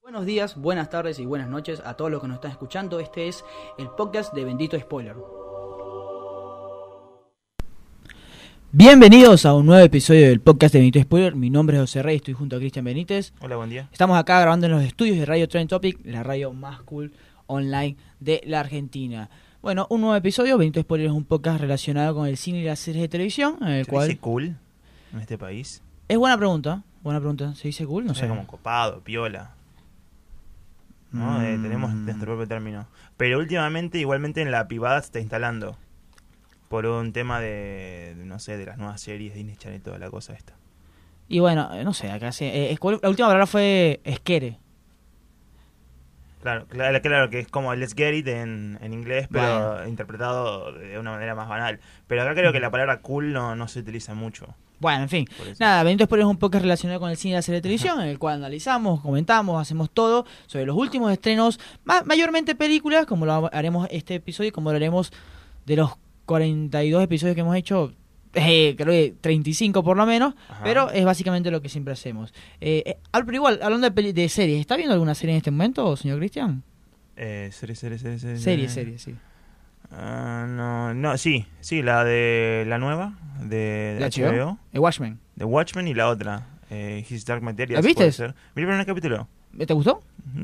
Buenos días, buenas tardes y buenas noches a todos los que nos están escuchando. Este es el podcast de Bendito Spoiler. Bienvenidos a un nuevo episodio del podcast de Bendito Spoiler. Mi nombre es José Rey, estoy junto a Cristian Benítez. Hola, buen día. Estamos acá grabando en los estudios de Radio Trend Topic, la radio más cool online de la Argentina. Bueno, un nuevo episodio. Bendito Spoiler es un podcast relacionado con el cine y las series de televisión, en el ¿Se cual... dice cool en este país? Es buena pregunta. ¿Se dice cool? No sé. Como copado, piola. ¿No? Tenemos nuestro propio término. Pero últimamente, igualmente en la privada se está instalando. Por un tema de no sé, de las nuevas series, Disney Channel y toda la cosa esta. Y bueno, no sé, acá sí. La última palabra fue esquere. Claro, que es como Let's Get It en inglés, pero Bueno, interpretado de una manera más banal. Pero acá creo que la palabra cool no se utiliza mucho. Bueno, en fin. Por eso. Nada, Benito Spoiler es un podcast relacionado con el cine y la serie de televisión, en el cual analizamos, comentamos, hacemos todo sobre los últimos estrenos, mayormente películas, como lo haremos este episodio, como lo haremos de los 42 episodios que hemos hecho, creo que 35 por lo menos, Ajá. pero es básicamente lo que siempre hacemos. Pero igual, hablando de series, ¿está viendo alguna serie en este momento, señor Cristian? Serie. Serie, sí. No, sí, la de la nueva de HBO. Watchmen. The Watchmen y la otra, His Dark Materials. ¿La viste? Puede ser. Vi el primer capítulo. ¿Te gustó?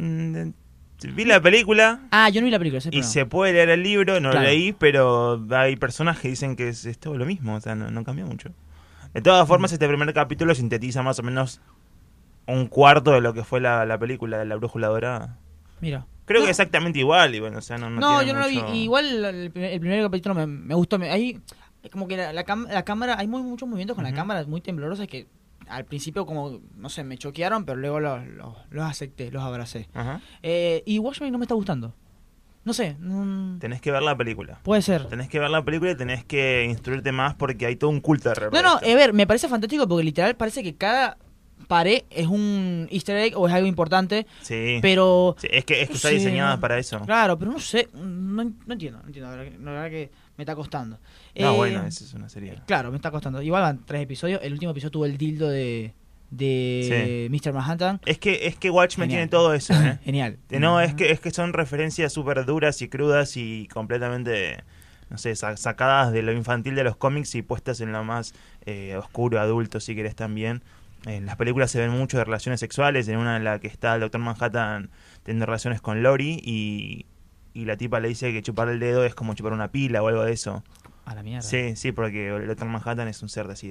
Vi la película Yo no vi la película. y se puede leer el libro, no Claro. lo leí, pero hay personas que dicen que es todo lo mismo, o sea, no cambió mucho. De todas formas, este primer capítulo sintetiza más o menos un cuarto de lo que fue la película de La Brújula Dorada. Mira. Creo No. que exactamente igual, y bueno, o sea, no No, tiene yo no mucho... lo vi. Igual el primer capítulo me gustó. Ahí, como que la cámara, hay muchos movimientos con la Ujú. cámara muy temblorosos que al principio, como, no sé, me choquearon, pero luego los acepté, los abracé. Ajá. Y Watchmen no me está gustando. No sé. Tenés que ver la película. Puede ser. Tenés que ver la película y tenés que instruirte más porque hay todo un culto alrededor No, de no, esto. a ver, me parece fantástico porque literal parece que cada pared es un easter egg o es algo importante, Sí. pero... Sí, es que no está sé, diseñada no. para eso. Claro, pero no sé, no entiendo, la verdad que me está costando. No, bueno, esa es una serie. Claro, me está costando. Igual van 3 episodios. El último episodio tuvo el dildo de Mr. Manhattan. Es que Watchmen Genial. tiene todo eso, ¿eh? Genial. No, es que son referencias súper duras y crudas y completamente, no sé, sacadas de lo infantil de los cómics y puestas en lo más oscuro, adulto, si querés también. En las películas se ven mucho de relaciones sexuales, en una en la que está el Dr. Manhattan teniendo relaciones con Lori y la tipa le dice que chupar el dedo es como chupar una pila o algo de eso. A la mierda. Sí, porque el Dr. Manhattan es un ser así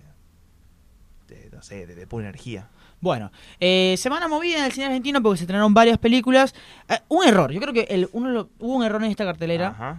no sé, de pura energía. Bueno, semana movida en el cine argentino porque se estrenaron varias películas. Un error. Yo creo que hubo un error en esta cartelera Ajá.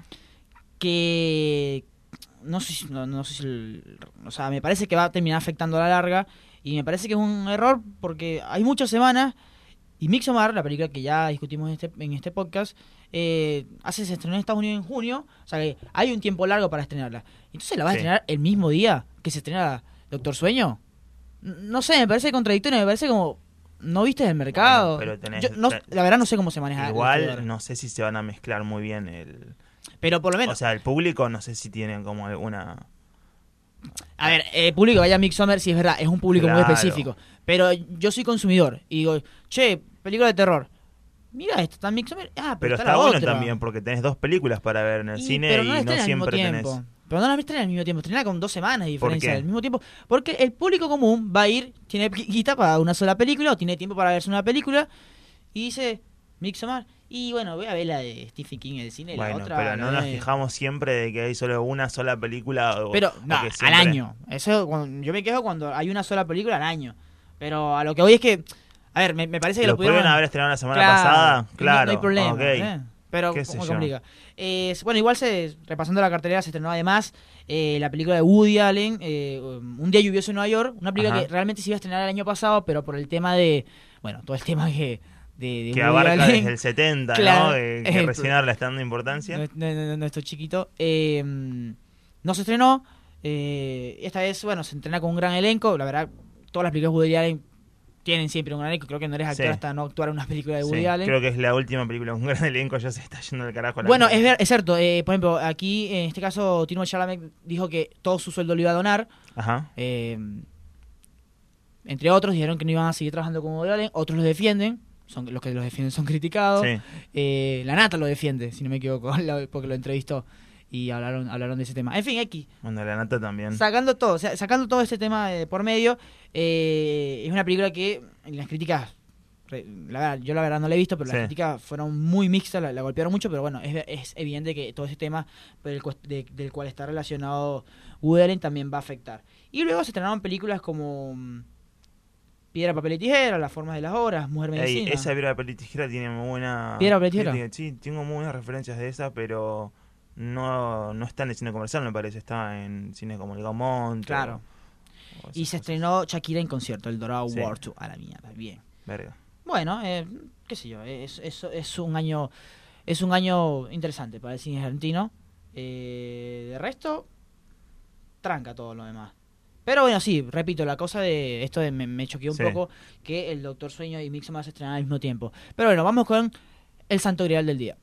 que no sé si o sea, me parece que va a terminar afectando a la larga y me parece que es un error porque hay muchas semanas y Midsommar, la película que ya discutimos en este podcast, se estrenó en Estados Unidos en junio, o sea que hay un tiempo largo para estrenarla. Entonces la vas a Sí. estrenar el mismo día que se estrena Doctor Sueño. No sé, me parece contradictorio, me parece como no viste el mercado. Bueno, pero Yo la verdad no sé cómo se maneja. Igual no sé si se van a mezclar muy bien pero por lo menos, o sea, el público no sé si tienen como alguna... a ver, el público que vaya a Midsommar, sí es verdad, es un público muy Claro. específico. Pero yo soy consumidor y digo, che, película de terror. Mira, esto está en Midsommar. Pero está está la bueno otra. también porque tenés dos películas para ver en el cine pero y no la no estrenan al mismo siempre tiempo. tenés... Pero no la estrenan al mismo tiempo, estrenan con 2 semanas de ¿Por diferencia qué? al mismo tiempo. Porque el público común va a ir, tiene guita para una sola película o tiene tiempo para verse una película y dice Midsommar. Y bueno, voy a ver la de Stephen King en el cine, Bueno, la otra. pero no nos de- quejamos siempre de que hay solo una sola película Pero o no, que al siempre- año. Eso yo me quejo cuando hay una sola película al año. Pero a lo que voy es que, a ver, me parece que ¿Lo lo pudieron pudieron haber estrenado la semana Claro, pasada? Claro, no hay problema. ok. Pero Qué sé ¿cómo yo. complica? Bueno, igual repasando la cartelera se estrenó además la película de Woody Allen, Un día lluvioso en Nueva York, una película Ajá. que realmente se iba a estrenar el año pasado, pero por el tema bueno, todo el tema de Que Woody abarca Allen, desde el 70, Claro, ¿no? Que el- recién ahora le está dando importancia. nuestro chiquito, no se estrenó. Esta vez, bueno, se entrena con un gran elenco. La verdad, todas las películas de Woody Allen tienen siempre un gran elenco. Creo que no eres actor Sí. hasta no actuar en una película de Woody Sí, Allen. creo que es la última película con un gran elenco, ya se está yendo del carajo. Bueno, es cierto. Por ejemplo, aquí, en este caso, Timothée Chalamet dijo que todo su sueldo lo iba a donar. Ajá. Entre otros, dijeron que no iban a seguir trabajando como Woody Allen. Otros lo defienden. los que los defienden son criticados. Sí. La Nata lo defiende, si no me equivoco, porque lo entrevistó y hablaron de ese tema. En fin, X. Bueno, la Nata también. Sacando todo este tema por medio, es una película que en las críticas, yo la verdad no la he visto, pero las críticas fueron muy mixtas, la golpearon mucho, pero bueno, es evidente que todo ese tema del cual está relacionado Woody Allen también va a afectar. Y luego se estrenaron películas como Piedra, Papel y Tijera, Las Formas de las Horas, Mujer Medicina. Esa Piedra, Papel y Tijera tiene muy buena... ¿Piedra, Papel y Tijera? Sí, tengo muy buenas referencias de esa, pero no está en el cine comercial, me parece, está en cine como el Gaumont. Claro. Y se estrenó Shakira en concierto, el Dorado World Tour. A la mierda, bien. Verga. Bueno, qué sé yo, es un año interesante para el cine argentino. De resto, tranca todo lo demás. Pero bueno, sí, repito, la cosa de esto me choqueó un poco que el Doctor Sueño y Midsommar se estrenaran al mismo tiempo. Pero bueno, vamos con el santo grial del día.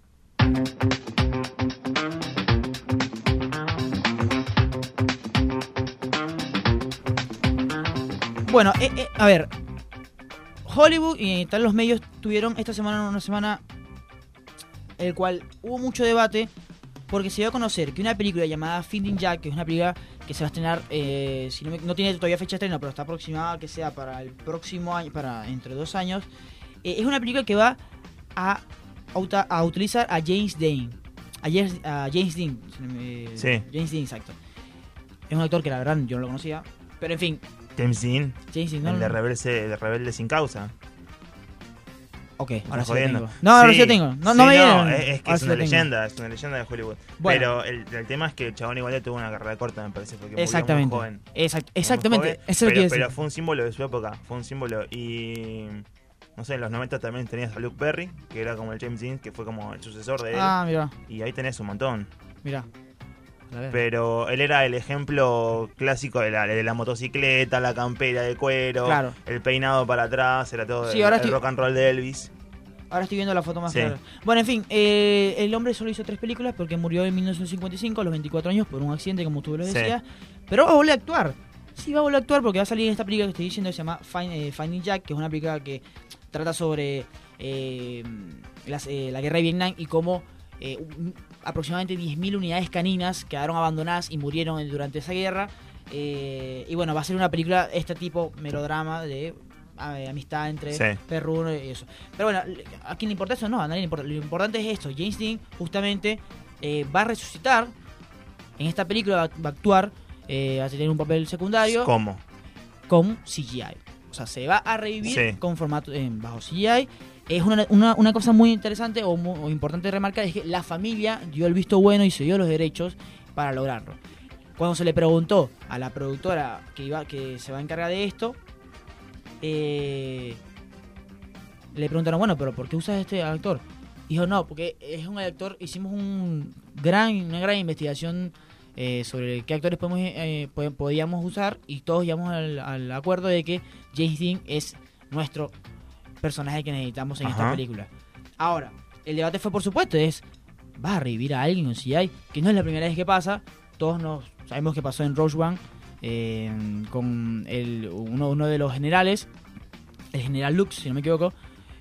Bueno, a ver, Hollywood y tal los medios tuvieron esta semana una semana en el cual hubo mucho debate porque se dio a conocer que una película llamada Finding Jack, que es una película que se va a estrenar, si no tiene todavía fecha de estreno, pero está aproximada que sea para el próximo año, para entre 2 años, es una película que va a utilizar a James Dean. A James Dean. James Dean, exacto. Es un actor que la verdad yo no lo conocía, pero en fin. James Dean, ¿no? El de Rebelde sin causa. Ok, ahora sí lo jodiendo. tengo. No, ahora sí lo tengo. No me viene. Es que es una leyenda de Hollywood. Bueno. Pero el tema es que el chabón igual tuvo una carrera corta, me parece, porque exactamente. Murió muy joven. Exactamente, joven, eso es lo que pero fue un símbolo de su época, fue un símbolo. Y no sé, en los 90 también tenías a Luke Perry, que era como el James Dean, que fue como el sucesor de él. Ah, mira. Y ahí tenés un montón. Mira. Pero él era el ejemplo clásico de la motocicleta, la campera de cuero, claro. El peinado para atrás, era todo el rock and roll de Elvis. Ahora estoy viendo la foto más clara. Bueno, en fin, el hombre solo hizo 3 películas porque murió en 1955 a los 24 años por un accidente, como tú lo decías. Pero va a volver a actuar. Sí, va a volver a actuar porque va a salir en esta película que estoy diciendo que se llama Finding Jack, que es una película que trata sobre la guerra de Vietnam y cómo aproximadamente 10.000 unidades caninas quedaron abandonadas y murieron durante esa guerra. Y bueno, va a ser una película este tipo melodrama de amistad entre perruno y eso. Pero bueno, ¿a quién le importa eso? No, a nadie le importa. Lo importante es esto. James Dean justamente va a resucitar en esta película, va a actuar, va a tener un papel secundario. ¿Cómo? Con CGI. O sea, se va a revivir con formato bajo CGI. Es una cosa muy interesante o importante de remarcar, es que la familia dio el visto bueno y se dio los derechos para lograrlo. Cuando se le preguntó a la productora que se va a encargar de esto, le preguntaron, bueno, pero ¿por qué usas este actor? Dijo, no, porque es un actor, hicimos una gran investigación sobre qué actores podíamos usar y todos llegamos al acuerdo de que James Dean es nuestro personaje que necesitamos en esta película. Ahora, el debate fue, por supuesto, ¿va a revivir a alguien en CGI? Que no es la primera vez que pasa. Todos sabemos que pasó en Rogue One con uno de los generales, el general Lux, si no me equivoco.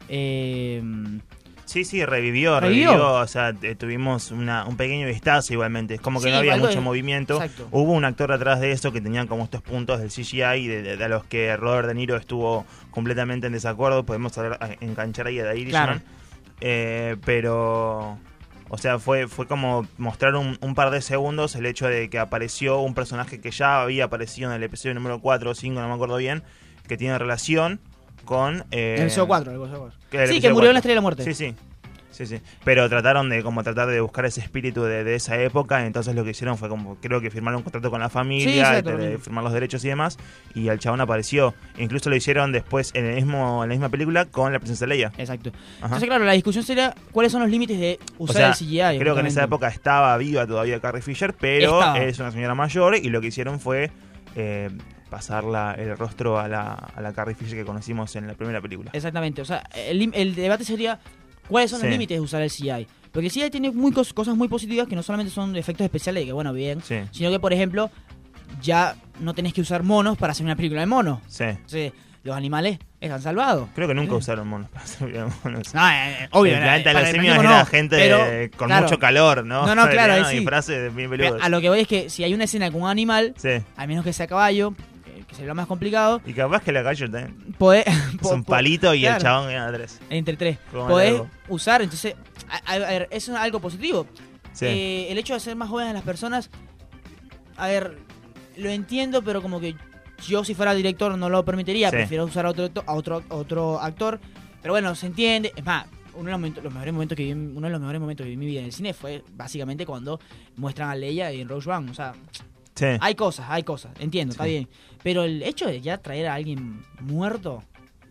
Sí, revivió. O sea, tuvimos un pequeño vistazo igualmente. Es como que no había mucho movimiento. Exacto. Hubo un actor atrás de eso que tenían como estos puntos del CGI de los que Robert De Niro estuvo completamente en desacuerdo. Podemos enganchar ahí a The Irishman. Claro. Pero, o sea, fue como mostrar un par de segundos el hecho de que apareció un personaje que ya había aparecido en el episodio número 4 o 5, no me acuerdo bien, que tiene relación con... el episodio 4. Sí, que murió en la Estrella de la Muerte. Sí. Pero trataron de tratar de buscar ese espíritu de esa época. Entonces lo que hicieron fue como, creo que firmaron un contrato con la familia, firmar los derechos y demás. Y el chabón apareció. Incluso lo hicieron después en la misma película con la princesa Leia. Exacto. Entonces claro, la discusión sería cuáles son los límites de usar el CGI. Creo que en esa época estaba viva todavía Carrie Fisher, pero es una señora mayor y lo que hicieron fue pasar el rostro a la Carrie Fisher que conocimos en la primera película. Exactamente. O sea, el debate sería ¿cuáles son los límites de usar el CGI? Porque el CGI tiene cosas muy positivas que no solamente son efectos especiales, que bueno, bien, sino que, por ejemplo, ya no tenés que usar monos para hacer una película de monos. Sí. Entonces, los animales están salvados. Creo que nunca usaron monos para servir monos. No, obvio. El planeta de para los el simios feminismo era no, gente pero, con claro. mucho calor, ¿no? No, claro, ahí sí. Disfraces bien peludos. A lo que voy es que si hay una escena con un animal, Sí. al menos que sea caballo, que sería lo más complicado, Y capaz que la gallo también. podés... Es un palito y claro. el chabón gana 3. Entre tres. Como Podés largo. usar, entonces, a ver, eso es algo positivo. Sí. El hecho de hacer más jóvenes a las personas, a ver, lo entiendo, pero como que yo si fuera director no lo permitiría, Sí. prefiero usar a otro actor, pero bueno, se entiende. Es más, uno de los mejores momentos que viví en mi vida en el cine fue básicamente cuando muestran a Leia en Rogue One. O sea, Sí. hay cosas, entiendo, está Sí. bien, pero el hecho de ya traer a alguien muerto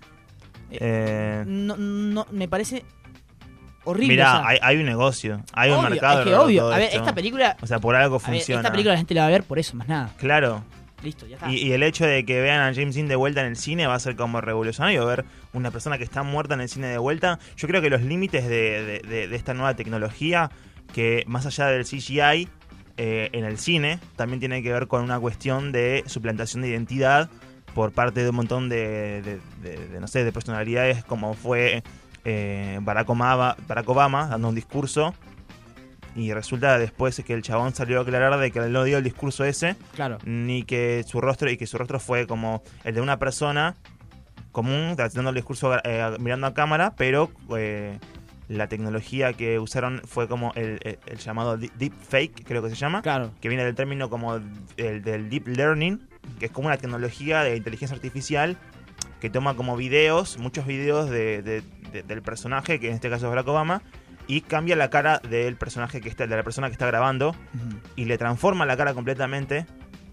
no me parece horrible. Mirá, o sea, hay un negocio, hay un obvio, mercado. es que alrededor de obvio. todo A ver, esto. esta película, O sea, por algo a ver, funciona. esta película la gente la va a ver por eso, más nada. Claro. Listo, ya está. Y el hecho de que vean a James Dean de vuelta en el cine va a ser como revolucionario. Ver una persona que está muerta en el cine de vuelta. Yo creo que los límites de esta nueva tecnología, que más allá del CGI en el cine, también tiene que ver con una cuestión de suplantación de identidad por parte de un montón no sé, de personalidades, como fue Barack Obama dando un discurso. Y resulta después que el chabón salió a aclarar de que él no dio el discurso ese, Claro. ni que su rostro fue como el de una persona común, dando el discurso mirando a cámara, pero la tecnología que usaron fue como el llamado deep fake, creo que se llama, Claro. que viene del término como el del deep learning, que es como una tecnología de inteligencia artificial que toma como muchos videos del personaje, que en este caso es Barack Obama, y cambia la cara del personaje de la persona que está grabando, Ujú. y le transforma la cara completamente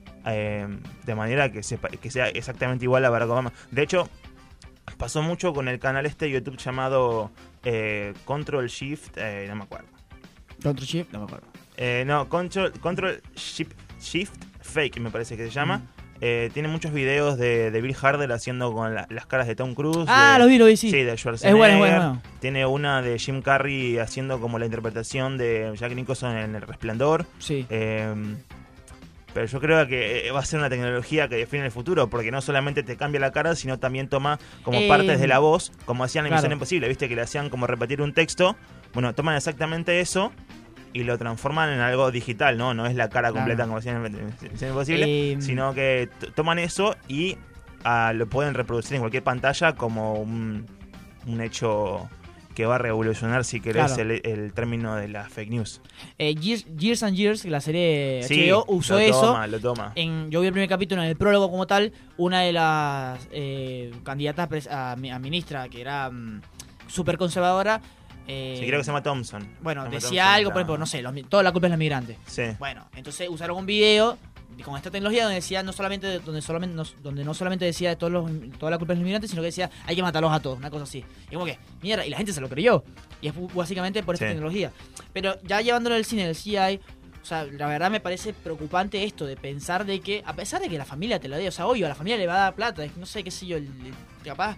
de manera que sea exactamente igual a Barack Obama. De hecho, pasó mucho con el canal de YouTube llamado Control Shift, no me acuerdo. Control Shift, no me acuerdo. No, Control Shift Fake me parece que se llama. Tiene muchos videos de Bill Hader haciendo con las caras de Tom Cruise. Lo vi, sí. Sí, de Schwarzenegger. Es bueno. Tiene una de Jim Carrey haciendo como la interpretación de Jack Nicholson en El Resplandor. Sí. Pero yo creo que va a ser una tecnología que define el futuro, porque no solamente te cambia la cara, sino también toma como partes de la voz, como hacían en Misión Imposible, viste que le hacían como repetir un texto. Bueno, toman exactamente eso y lo transforman en algo digital, ¿no? No es la cara completa como hacían en Misión Imposible, sino que toman eso y lo pueden reproducir en cualquier pantalla como un hecho que va a revolucionar, si querés, el término de la fake news. Years and Years, la serie Sí, HBO, usó eso. Lo toma. Yo vi el primer capítulo, en el prólogo como tal, una de las candidatas a ministra, que era súper conservadora. Sí, creo que se llama Thompson. Bueno, Thomas decía Thompson, algo, por ejemplo, no sé, toda la culpa es de los migrantes. Sí. Bueno, entonces usaron un video con esta tecnología donde decía donde no solamente decía toda la culpa es de los migrantes, sino que decía hay que matarlos a todos, una cosa así. Y como que, mierda, y la gente se lo creyó. Y es básicamente por esta tecnología. Pero ya llevándolo al cine, del CGI, o sea, la verdad me parece preocupante esto de pensar de que, a pesar de que la familia te lo dé, o sea, obvio, a la familia le va a dar plata, no sé, qué sé yo, capaz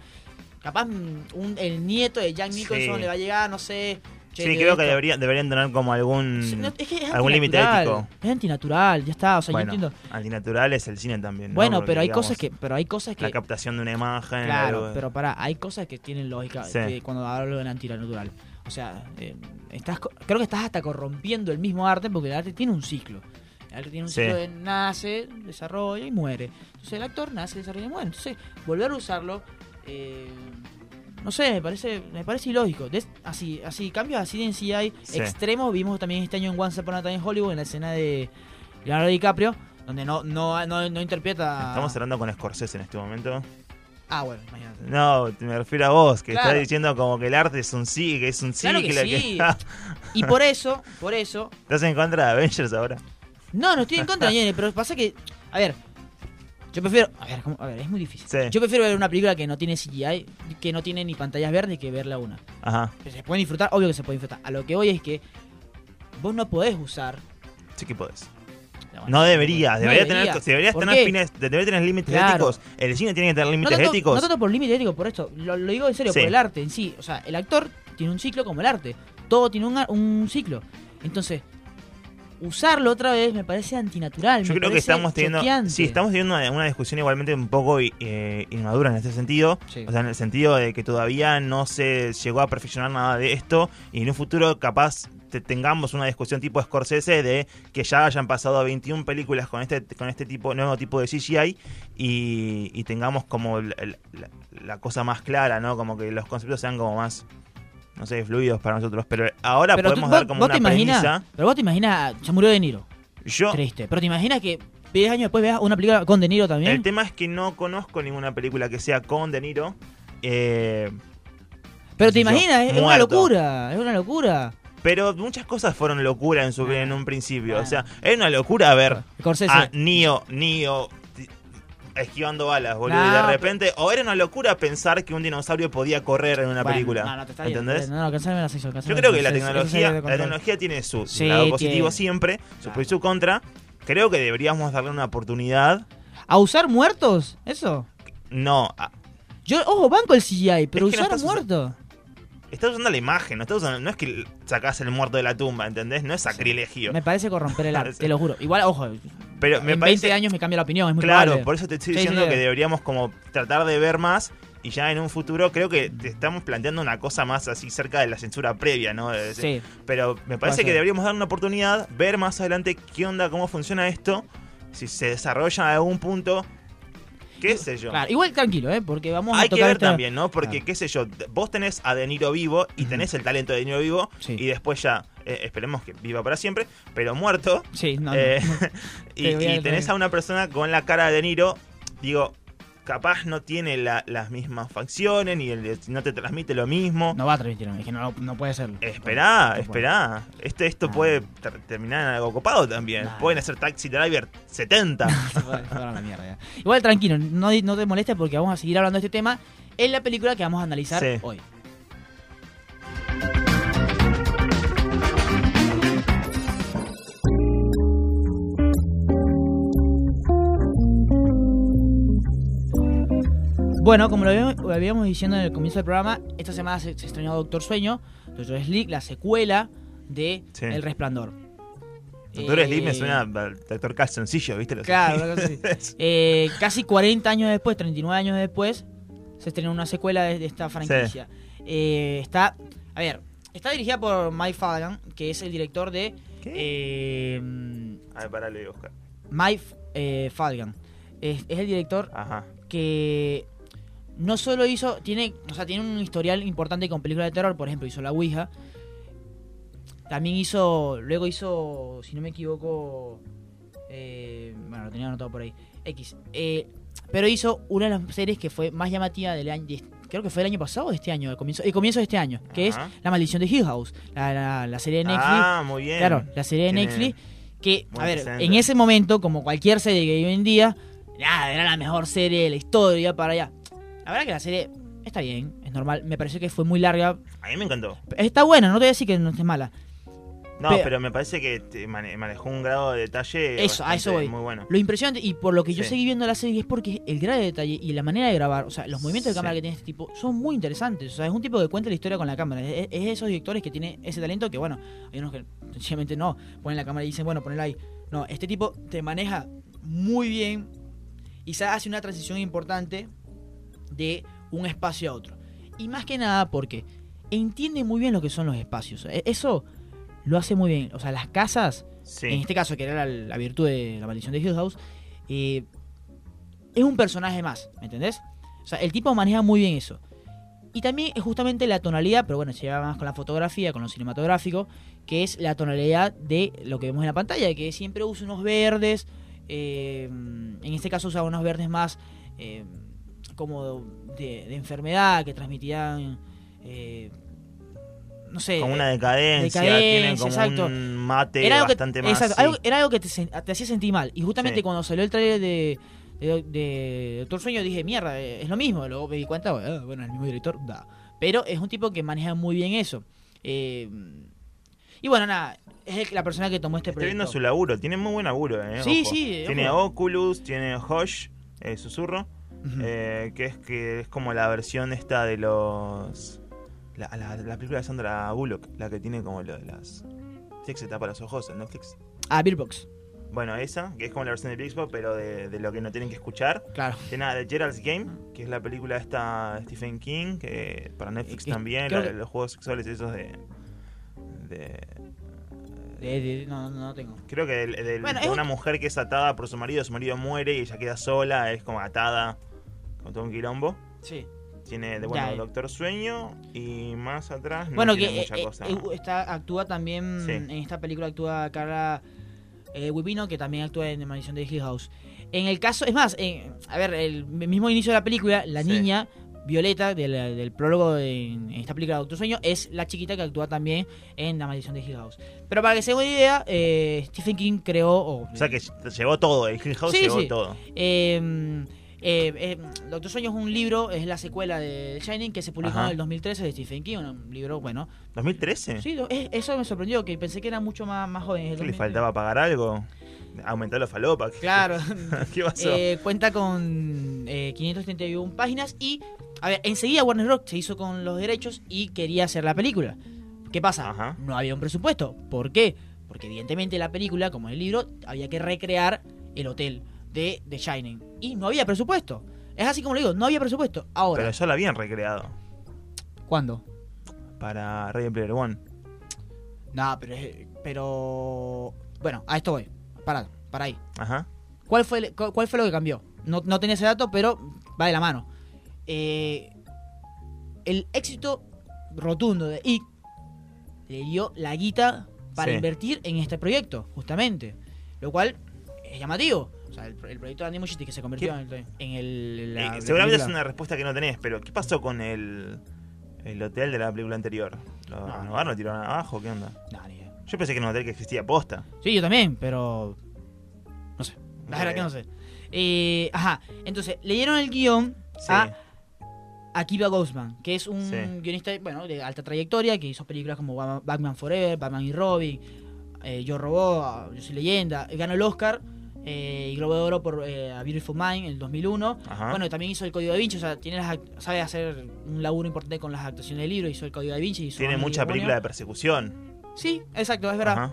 el nieto de Jack Nicholson le va a llegar, no sé. Sí, creo que deberían tener como algún límite ético. Es antinatural, ya está, o sea, bueno, yo entiendo. Antinatural es el cine también, ¿no? Bueno, Porque, pero hay digamos, cosas que la captación de una imagen. Claro, pero hay cosas que tienen lógica Sí. cuando hablo de antinatural. O sea, creo que estás hasta corrompiendo el mismo arte, porque el arte tiene un ciclo. El arte tiene un ciclo de nace, desarrolla y muere. Entonces el actor nace, desarrolla y muere. Entonces, volver a usarlo, no sé, me parece ilógico. Así cambios así de CGI extremos vimos también este año en Once Upon a Time in Hollywood, en la escena de Leonardo DiCaprio, donde no interpreta. Estamos hablando con Scorsese en este momento. Ah, bueno, imagínate. No, me refiero a vos, que Claro. estás diciendo como que el arte es un que es un Claro que ciclo. sí. Y por eso. ¿Estás en contra de Avengers ahora? No estoy en contra, Jenny, pero pasa que. A ver. Yo prefiero. A ver, es muy difícil. Sí. Yo prefiero ver una película que no tiene CGI, que no tiene ni pantallas verdes, que verla una. Ajá. ¿Se pueden disfrutar? Obvio que se puede disfrutar. A lo que voy es que vos no podés usar. Sí que podés. Bueno, No deberías. Debería ¿Por tener qué? debería tener límites Claro. éticos. El cine tiene que tener límites No éticos. tanto por límite ético, por esto. Lo digo en serio, Sí. por el arte en sí. O sea, el actor tiene un ciclo como el arte. Todo tiene un ciclo. Entonces, usarlo otra vez me parece antinatural. Yo me creo que parece estamos teniendo una discusión igualmente un poco inmadura en este sentido. Sí. O sea, en el sentido de que todavía no se llegó a perfeccionar nada de esto y en un futuro capaz tengamos una discusión tipo Scorsese de que ya hayan pasado 21 películas con este nuevo tipo de CGI y tengamos como la cosa más clara, ¿no? Como que los conceptos sean como más, no sé, fluidos para nosotros. Pero ahora podemos dar como una premisa. Pero vos te imaginas, se murió De Niro. Yo, Triste. Pero te imaginas que 10 años después veas una película con De Niro también. el tema es que no conozco ninguna película que sea con De Niro. Pero te imaginas, es una locura. Es una locura. Pero muchas cosas fueron locura en un principio. O sea, es una locura ver Scorsese. a Neo esquivando balas, boludo. Y de repente, o era una locura pensar que un dinosaurio podía correr en una película. No, te está bien. ¿Entendés? No, cancélame la sección. Yo creo que la tecnología tiene su lado positivo siempre, su pro y su contra. Creo que deberíamos darle una oportunidad. ¿A usar muertos? ¿Eso? No. Yo, ojo, banco el CGI, pero Es que no usar estás muertos. Estás usando la imagen, no es que sacás el muerto de la tumba, ¿entendés? No es sacrilegio. Me parece corromper el arte, te lo juro. Igual, ojo, pero me en parece, 20 años me cambia la opinión, es muy claro, probable. por eso te estoy diciendo que deberíamos como tratar de ver más y ya en un futuro creo que te estamos planteando una cosa más así cerca de la censura previa, ¿no? Sí. Pero me parece que deberíamos dar una oportunidad, ver más adelante qué onda, cómo funciona esto, si se desarrolla en algún punto. ¿Qué sé yo? Claro, igual tranquilo, porque vamos a Hay tocar que ver también, ¿no? Porque, claro, qué sé yo, vos tenés a De Niro vivo y tenés el talento de De Niro vivo sí, y después ya, esperemos que viva para siempre, pero muerto. Sí, no. Y tenés a una persona con la cara de De Niro, digo, capaz no tiene las mismas facciones, ni no te transmite lo mismo. No va a transmitir, es que no puede serlo. Esperá. Esto puede terminar en algo copado también. Pueden hacer Taxi Driver 70. La mierda, igual tranquilo, no te molestes porque vamos a seguir hablando de este tema en la película que vamos a analizar hoy. Bueno, como lo habíamos diciendo en el comienzo del programa, esta semana se estrenó Doctor Sueño, Doctor Sleep, la secuela de El Resplandor. Doctor Sleep me suena al Doctor Calzoncillo, ¿viste? Claro, casi 40 años después, 39 años después, se estrenó una secuela de esta franquicia. Sí. Está dirigida por Mike Flanagan, que es el director de... a ver, parale, Oscar. Mike Flanagan. Es el director que... No solo tiene un historial importante con películas de terror, por ejemplo, hizo La Ouija. También luego hizo, si no me equivoco, bueno, lo tenía anotado por ahí, pero hizo una de las series que fue más llamativa del año, creo que fue el año pasado o este año, el comienzo de este año, que es La Maldición de Hill House, la serie de Netflix. Ah, muy bien. Claro, la serie de Netflix, que, a ver, en ese momento, como cualquier serie que hay hoy en día, era la mejor serie de la historia para allá. La verdad que la serie está bien, es normal. Me pareció que fue muy larga. A mí me encantó. Está buena, no te voy a decir que no esté mala. No, pero me parece que manejó un grado de detalle a eso voy. Muy bueno. Lo impresionante, y por lo que yo seguí viendo la serie, es porque el grado de detalle y la manera de grabar, o sea, los movimientos de cámara que tiene este tipo son muy interesantes. O sea, es un tipo que cuenta la historia con la cámara. Es esos directores que tiene ese talento que, bueno, hay unos que sencillamente no ponen la cámara y dicen, bueno, ponela ahí. No, este tipo te maneja muy bien y se hace una transición importante de un espacio a otro. Y más que nada porque entiende muy bien lo que son los espacios. Eso lo hace muy bien. O sea, las casas, en este caso, que era la virtud de La Maldición de Hill House, es un personaje más, ¿me entendés? O sea, el tipo maneja muy bien eso. Y también es justamente la tonalidad, pero bueno, se lleva más con la fotografía, con lo cinematográfico, que es la tonalidad de lo que vemos en la pantalla, que siempre usa unos verdes, en este caso usa unos verdes más... como de enfermedad, que transmitían no sé, como una decadencia, tienen como exacto, un mate bastante más. Exacto, era algo que te hacía sentir mal. Y justamente cuando salió el trailer de Doctor Sueño dije, mierda, es lo mismo. Luego me di cuenta, bueno, el mismo director, pero es un tipo que maneja muy bien eso. Y bueno, nada, es la persona que tomó este proyecto. Estoy viendo su laburo, tiene muy buen laburo, Sí, ojo. sí. Tiene Oculus, tiene Hush, Susurro. Uh-huh. Que es como la versión esta de los... La película de Sandra Bullock, la que tiene como lo de las... Sí, que se tapa los ojos en Netflix. Bird Box. Bueno, esa, que es como la versión de Bird Box, pero de lo que no tienen que escuchar. Claro. Tiene nada de Gerald's Game, que es la película esta de Stephen King, que para Netflix también, los juegos sexuales esos no tengo. Creo que de una mujer que es atada por su marido muere y ella queda sola, es como atada con todo un quilombo. Sí. Tiene Doctor Sueño y más atrás bueno, tiene mucha cosa. Actúa también, sí. En esta película actúa Carla Gugino, que también actúa en The Maldición de Hill House. En el caso, es más, el mismo inicio de la película, la niña Violeta del prólogo en esta película de Doctor Sueño es la chiquita que actúa también en La Maldición de Hill House. Pero para que se den una idea, Stephen King creó... o sea que llegó todo, el Hill House llegó todo. Doctor Sueño es un libro, es la secuela de The Shining, que se publicó en el 2013 de Stephen King, un libro, bueno... ¿2013? Sí, eso me sorprendió, que pensé que era mucho más joven. ¿Le faltaba pagar algo? ¿Aumentar la falopa? Claro. ¿Qué pasó? Cuenta con 531 páginas y, a ver, enseguida Warner Bros. Se hizo con los derechos y quería hacer la película. ¿Qué pasa? No había un presupuesto. ¿Por qué? Porque evidentemente la película, como en el libro, había que recrear el hotel de The Shining. Y no había presupuesto. Es así como le digo, no había presupuesto. Ahora. Pero ya lo habían recreado. ¿Cuándo? Para Ready Player One. No, pero... Bueno, a esto voy. Para ahí. Ajá. ¿Cuál fue lo que cambió? No tenía ese dato, pero va de la mano. El éxito rotundo de It le dio la guita para invertir en este proyecto, justamente. Lo cual es llamativo. O sea, el proyecto de Andy Muschietti que se convirtió en el... seguramente es una respuesta que no tenés, pero ¿qué pasó con el hotel de la película anterior? ¿Lo tiraron abajo? ¿Qué onda? No, ni idea. Yo pensé que era un hotel que existía posta. Sí, yo también, pero... No sé. La verdad que no sé. Entonces, le dieron el guión a Akiva Goldsman, que es un guionista, de alta trayectoria, que hizo películas como Batman Forever, Batman y Robin, Yo Robot, Yo Soy Leyenda. Ganó el Oscar y Globo de Oro por A Beautiful Mind en el 2001. Bueno, también hizo El Código Da Vinci, o sea, sabe hacer un laburo importante con las actuaciones del libro. Hizo El Código Da Vinci. Tiene mucha película de persecución. Sí, exacto, es verdad.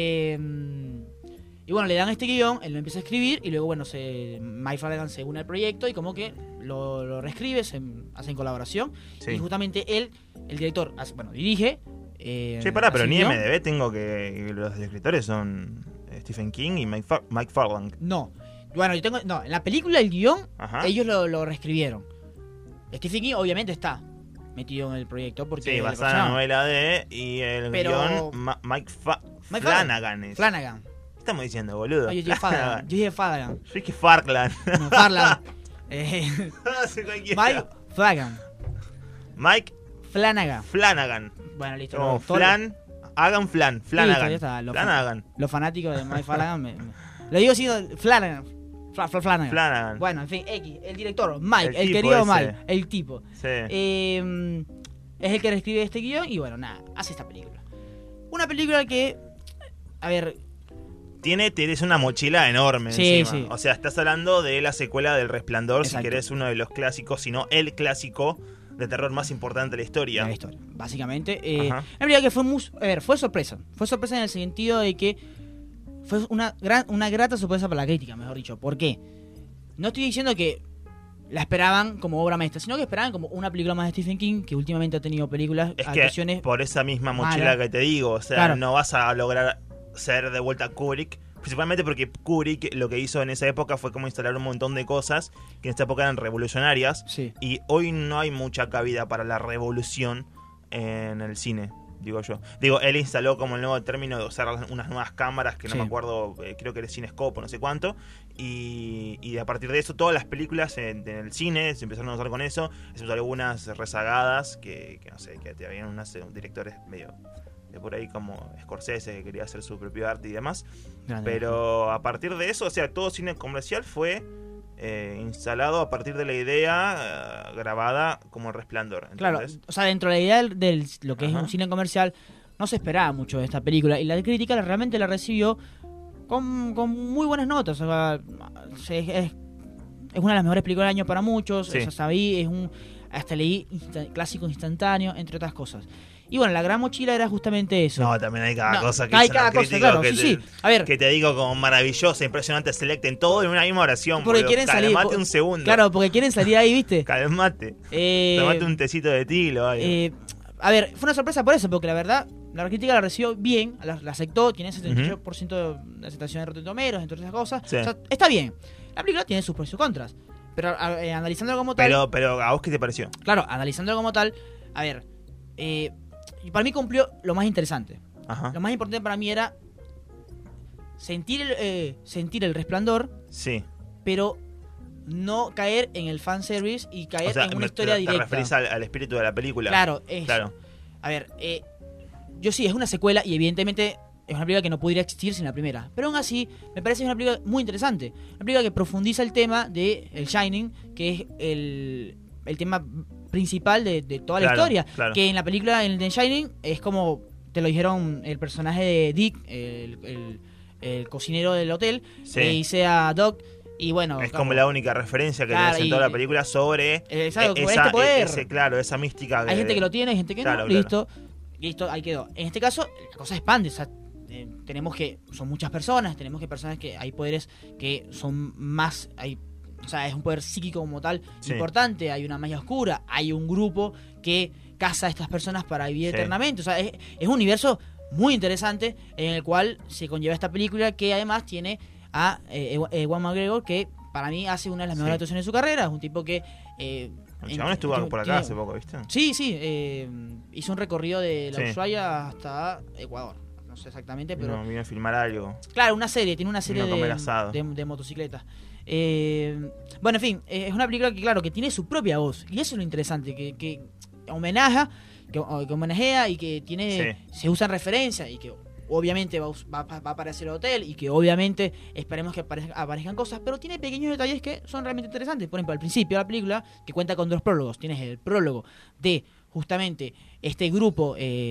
Y bueno, le dan este guión, él lo empieza a escribir y luego, Mike Flanagan se une al proyecto y como que lo reescribe, hacen colaboración. Y justamente él, el director, dirige. Pero ni IMDb tengo que los escritores son Stephen King y Mike Flanagan. No, en la película el guión, ellos lo reescribieron. Stephen King obviamente está metido en el proyecto porque basada en la novela y el guión Mike Flanagan. Flanagan. ¿Qué estamos diciendo, boludo? Yo dije Flanagan. Yo dije Farkland. No, Farland. Mike Flanagan. Mike Flanagan. Bueno, listo. No, Flanagan. Listo, ya está. Flanagan. Los fanáticos de Mike Flanagan lo digo así, Flanagan. Flanagan. Bueno, en fin, el director, Mike, el querido ese. Mike, el tipo. Sí. Es el que reescribe este guión y hace esta película. Una película que, a ver... Tienes una mochila enorme encima. Sí. O sea, estás hablando de la secuela del Resplandor, si querés uno de los clásicos, si no el clásico de terror más importante de la historia. Básicamente. En realidad que fue sorpresa. Fue sorpresa en el sentido de que fue una grata sorpresa para la crítica, mejor dicho. ¿Por qué? No estoy diciendo que la esperaban como obra maestra, sino que esperaban como una película más de Stephen King, que últimamente ha tenido películas, actuaciones... por esa misma mochila que te digo, o sea, no vas a lograr ser de vuelta Kubrick, principalmente porque Kubrick lo que hizo en esa época fue como instalar un montón de cosas que en esta época eran revolucionarias, y hoy no hay mucha cabida para la revolución en el cine, digo yo. Él instaló como el nuevo término de usar unas nuevas cámaras que no me acuerdo, creo que era Cinescope o no sé cuánto, y a partir de eso todas las películas en el cine se empezaron a usar con eso, excepto algunas rezagadas que no sé, que habían unos directores medio de por ahí como Scorsese que quería hacer su propio arte y demás. Pero a partir de eso, o sea, todo cine comercial fue instalado a partir de la idea grabada como El Resplandor. ¿Entendés? Claro, o sea, dentro de la idea de lo que es un cine comercial, no se esperaba mucho de esta película y la crítica realmente la recibió con muy buenas notas. O sea, es una de las mejores películas del año para muchos. O sea, hasta leí clásico instantáneo, entre otras cosas. Y bueno, La Gran Mochila era justamente eso. No, también hay cada cosa que hay son cada los cosa, críticos claro, que, sí. A ver, que te digo como maravillosa, impresionante, selecten todo en una misma oración. porque Boludo. quieren salir. Calmate un segundo. Claro, porque quieren salir ahí, ¿viste? Calmate. Tomate un tecito de tilo. A ver, fue una sorpresa por eso, porque la verdad, la crítica la recibió bien, la aceptó, tiene 78% de aceptación de Rotten Tomatoes, entre otras cosas. Sí. O sea, está bien. La película tiene sus pros y sus contras. Pero analizándolo como tal. Pero, ¿a vos qué te pareció? Claro, analizándolo como tal, a ver, para mí cumplió lo más interesante. Ajá. Lo más importante para mí era sentir el resplandor, Sí. pero no caer en el fanservice y caer en una historia te directa. ¿Te referís al espíritu de la película? Claro, eso. Claro. A ver, yo sí, es una secuela y evidentemente es una película que no podría existir sin la primera. Pero aún así, me parece una película muy interesante. Una película que profundiza el tema de El Shining, que es el tema principal de toda la historia. Claro. Que en la película, en The Shining, es como te lo dijeron el personaje de Dick, el cocinero del hotel, Sí. le dice a Doc. Y bueno, Es como la única referencia que claro, tenés en toda la película sobre exacto, este poder. esa mística. Hay gente que lo tiene, hay gente que Claro, no. claro. Listo, ahí quedó. En este caso, la cosa expande. O sea, tenemos que. Son muchas personas. Tenemos que personas que hay poderes que son más. O sea, es un poder psíquico como tal importante. Hay una magia oscura. Hay un grupo que caza a estas personas para vivir eternamente. O sea, es un universo muy interesante en el cual se conlleva esta película, que además tiene a Ewan McGregor, que para mí hace una de las mejores actuaciones de su carrera. Es un tipo que el chabón estuvo por acá hace poco, ¿viste? Sí, hizo un recorrido de la Sí. Ushuaia hasta Ecuador. No sé exactamente, pero Vino a filmar algo. claro, tiene una serie Vino a comer asado. de motocicletas. Bueno, en fin, es una película que claro, que tiene su propia voz. Y eso es lo interesante, que homenajea y que tiene se usan referencias y que obviamente va a aparecer el hotel y que obviamente esperemos que aparezcan cosas, pero tiene pequeños detalles que son realmente interesantes. Por ejemplo, al principio de la película, que cuenta con 2 prólogos. Tienes el prólogo de justamente este grupo,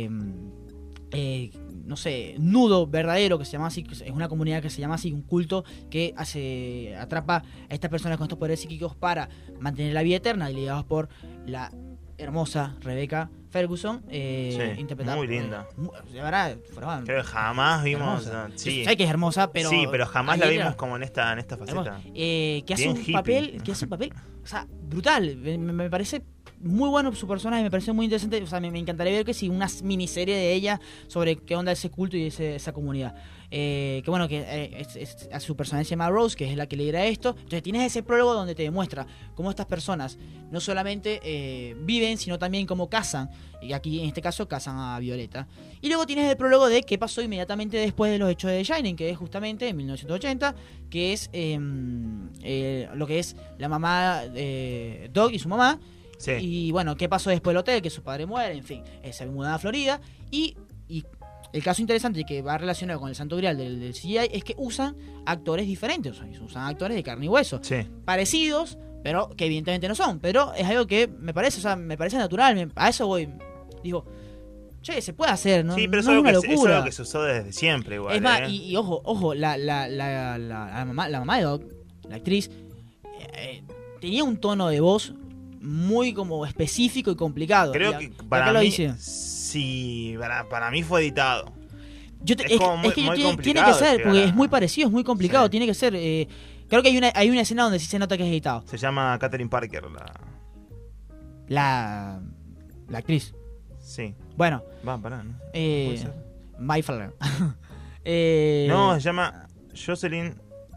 no sé, nudo verdadero, que se llama así, es una comunidad que se llama así, un culto que atrapa a estas personas con estos poderes psíquicos para mantener la vida eterna, liderados por la hermosa Rebecca Ferguson, interpretada muy linda. De verdad, creo que jamás vimos. Sé que es hermosa, pero. Sí, pero jamás la vimos como en esta faceta. Que hace un papel, o sea, brutal. Me parece muy bueno su personaje, me parece muy interesante. O sea, me encantaría ver que sí, una miniserie de ella sobre qué onda ese culto y esa comunidad. Que bueno, que a su personaje se llama Rose, que es la que lidera esto. Entonces tienes ese prólogo donde te demuestra cómo estas personas no solamente viven, sino también cómo cazan. Y aquí en este caso cazan a Violeta. Y luego tienes el prólogo de qué pasó inmediatamente después de los hechos de The Shining, que es justamente en 1980, que es lo que es la mamá de Doc y su mamá. Sí. Y bueno, qué pasó después del hotel, que su padre muere, en fin, se muda a Florida. Y el caso interesante que va relacionado con el Santo Grial del CGI es que usan actores diferentes, o sea, usan actores de carne y hueso, parecidos, pero que evidentemente no son. Pero es algo que me parece natural, a eso voy. Digo, che, se puede hacer, ¿no? Sí, pero no es una locura. Eso es algo que se usó desde siempre, igual. Es más, y ojo, la mamá de Doc, la actriz, tenía un tono de voz muy como específico y complicado. Creo que para mí, sí, para mí fue editado. Es que tiene que ser, porque es muy parecido, es muy complicado, tiene que ser. Creo que hay una escena donde sí se nota que es editado. Se llama Catherine Parker, la actriz. Sí. Bueno. Pará, ¿no? Mayflower. No, se llama Jocelyn.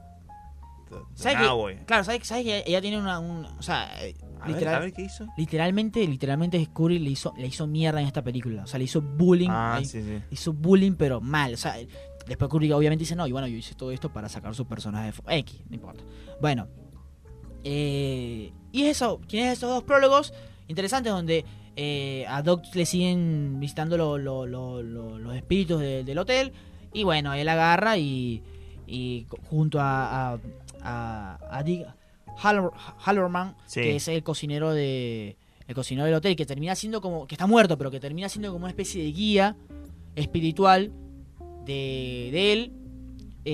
Claro, ¿sabes que ella tiene o sea, a ver qué hizo. Literalmente Scurry le hizo mierda en esta película. O sea, le hizo bullying. Sí. Hizo bullying, pero mal. O sea, después Scurry obviamente dice, no, y bueno, yo hice todo esto para sacar su personaje X, no importa. Bueno. Y eso, tienes esos 2 prólogos interesantes donde a Doc le siguen visitando los espíritus del hotel. Y bueno, él agarra y junto a Dick Halloran, que es el cocinero del hotel, que termina siendo como, que está muerto, pero que termina siendo como una especie de guía espiritual de él,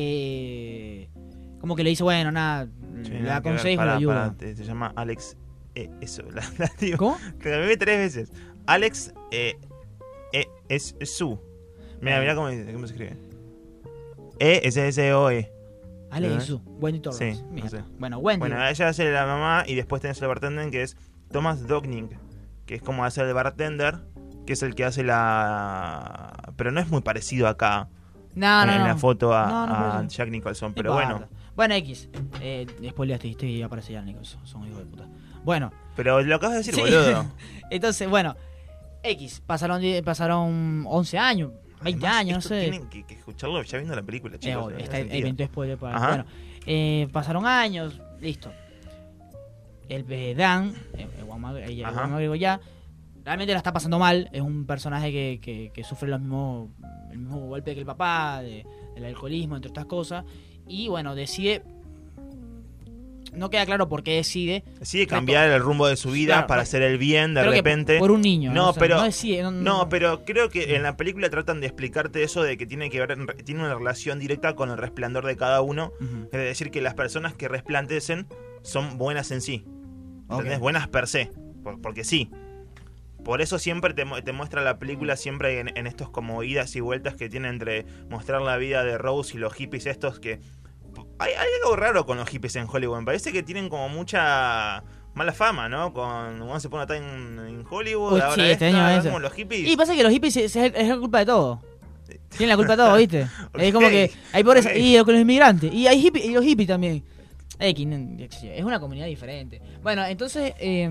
como que le dice, bueno, nada, le aconsejo, le ayuda. Se llama Alex Eso, la digo. ¿Cómo? Te cambié 3 veces. Alex es Su. Mira cómo se escribe. S-S-O-E. Alex Su, Wendy Torres. Sí, Mira. no sé. Bueno, Wendy. Bueno, ella hace la mamá y después tenés el bartender que es Thomas Downing, que es como hace el bartender, que es el que hace la... Pero no es muy parecido acá en la foto a Jack Nicholson, pero bueno. Bueno, X. Spoileaste y aparece Jack Nicholson. Son hijos de puta. Bueno. Pero lo acabas de decir, sí. boludo. Entonces, bueno. Pasaron 11 años, 20 Además, años, no sé. Tienen que escucharlo ya viendo la película, chicos. Está evento spoiler para... Ajá. Bueno, pasaron años, listo. El Dan, Ewan McGregor ya, realmente la está pasando mal. Es un personaje que sufre el mismo golpe que el papá, del alcoholismo, entre otras cosas. Y bueno, decide... No queda claro por qué decide cambiar el rumbo de su vida, claro, para hacer el bien de repente. Por un niño. No, pero decide, pero creo que en la película tratan de explicarte eso de que tiene una relación directa con el resplandor de cada uno. Es decir, que las personas que resplandecen son buenas en sí. ¿Entendés? Okay. Buenas per se. Porque sí. Por eso siempre te muestra la película siempre en estos como idas y vueltas que tiene entre mostrar la vida de Rose y los hippies estos que... Hay algo raro con los hippies en Hollywood. Me parece que tienen como mucha mala fama, ¿no? Con Once Upon a Time en Hollywood. Ahora sí, este año como los hippies. Y pasa que los hippies es la culpa de todo. Tienen la culpa de todo, ¿viste? Okay. Es como que hay pobres y con los inmigrantes. Y hay hippies, y los hippies también. Es una comunidad diferente. Bueno, entonces...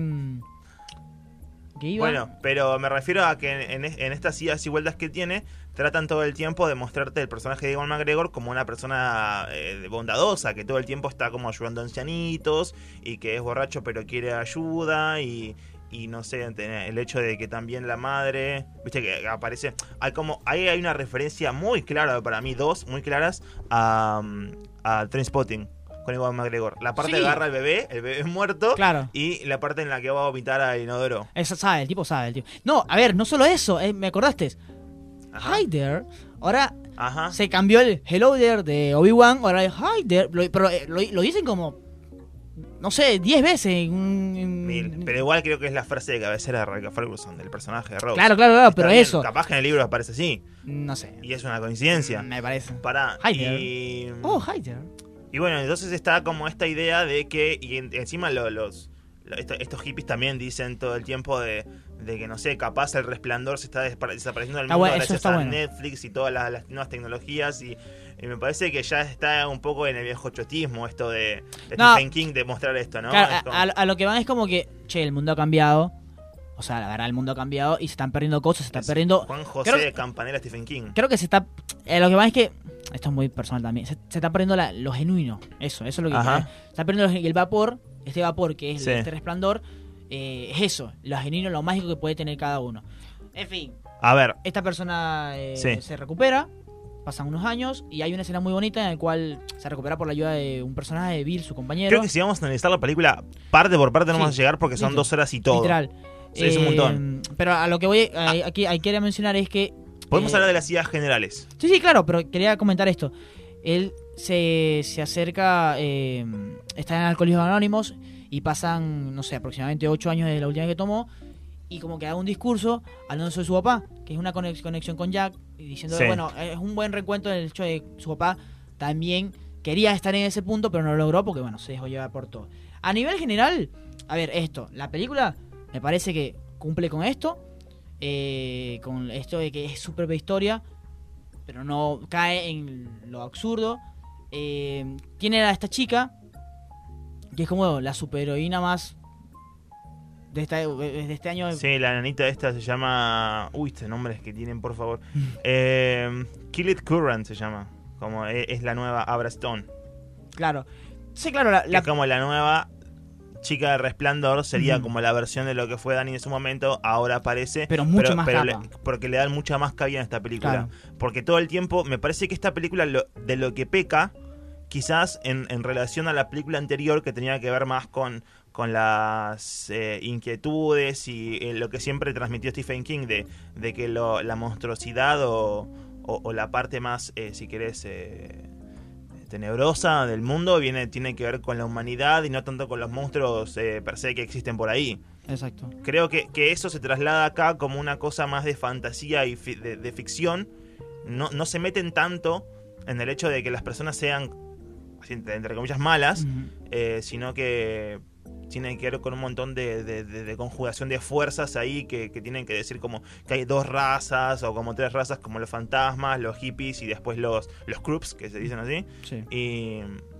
Bueno, pero me refiero a que en estas idas y vueltas que tiene, tratan todo el tiempo de mostrarte el personaje de Ewan McGregor como una persona bondadosa, que todo el tiempo está como ayudando a ancianitos y que es borracho pero quiere ayuda y no sé, el hecho de que también la madre, viste que aparece, hay una referencia muy clara para mí, dos muy claras a Trainspotting con Ewan McGregor. La parte agarra al bebé, el bebé es muerto, claro, y la parte en la que va a vomitar al inodoro. Eso sabe, el tipo sabe, el tipo. No, a ver, no solo eso, me acordaste. Ajá. Hi there. Ahora se cambió el hello there de Obi-Wan, ahora es hi there, pero lo dicen como, no sé, 10 veces. Pero igual creo que es la frase de cabecera de Rebecca Ferguson, del personaje de Rose. Claro, pero bien, eso. Capaz que en el libro aparece así. No sé. Y es una coincidencia. Me parece. Hi there. Oh, hi there. Y bueno, entonces está como esta idea de que, y encima estos hippies también dicen todo el tiempo de que, no sé, capaz el resplandor se está desapareciendo del mundo gracias a Netflix y todas las nuevas tecnologías y me parece que ya está un poco en el viejo chotismo esto de Stephen King de mostrar esto, ¿no? Claro, a lo que van es como que, el mundo ha cambiado. O sea, la verdad, el mundo ha cambiado y se están perdiendo cosas, se están perdiendo... Juan José de Campanella, Stephen King. Creo que se está... lo que va es que... Esto es muy personal también. Se está perdiendo lo genuino. Eso es lo que... Se está perdiendo el vapor, este vapor que es este resplandor, es eso, lo genuino, lo mágico que puede tener cada uno. En fin. A ver. Esta persona se recupera, pasan unos años y hay una escena muy bonita en la cual se recupera por la ayuda de un personaje de Bill, su compañero. Creo que si vamos a analizar la película parte por parte no vamos a llegar porque son 2 horas y todo. Literal. Sí, es un montón. Pero a lo que voy aquí quería mencionar es que... Podemos hablar de las ideas generales. Sí, claro, pero quería comentar esto. Él se acerca, está en Alcohólicos Anónimos y pasan, no sé, aproximadamente 8 años desde la última vez que tomó y como que da un discurso hablando sobre su papá, que es una conexión con Jack, y diciendo, bueno, es un buen recuento del hecho de que su papá también quería estar en ese punto, pero no lo logró porque, bueno, se dejó llevar por todo. A nivel general, a ver, la película me parece que cumple con esto de que es su propia historia, pero no cae en lo absurdo. Tiene a esta chica que es como la superheroína más de este año. Sí, la nanita esta se llama... Uy, estos nombres que tienen, por favor. Kill It Current se llama. Como es la nueva Abra Stone. Claro. Sí, claro. Es como la nueva chica de Resplandor, sería como la versión de lo que fue Dani en su momento, ahora aparece. Pero mucho más capa. Porque le dan mucha más cabida a esta película. Claro. Porque todo el tiempo, me parece que esta película de lo que peca, quizás en relación a la película anterior, que tenía que ver más con las inquietudes y lo que siempre transmitió Stephen King, de que la monstruosidad o la parte más, si querés... tenebrosa del mundo tiene que ver con la humanidad y no tanto con los monstruos per se que existen por ahí. Exacto. Creo que eso se traslada acá como una cosa más de fantasía y de ficción. No se meten tanto en el hecho de que las personas sean, entre comillas, malas, sino que tiene que ver con un montón de conjugación de fuerzas ahí que tienen que decir como que hay 2 razas o como 3 razas, como los fantasmas, los hippies y después los Krupps, que se dicen así. Sí. Y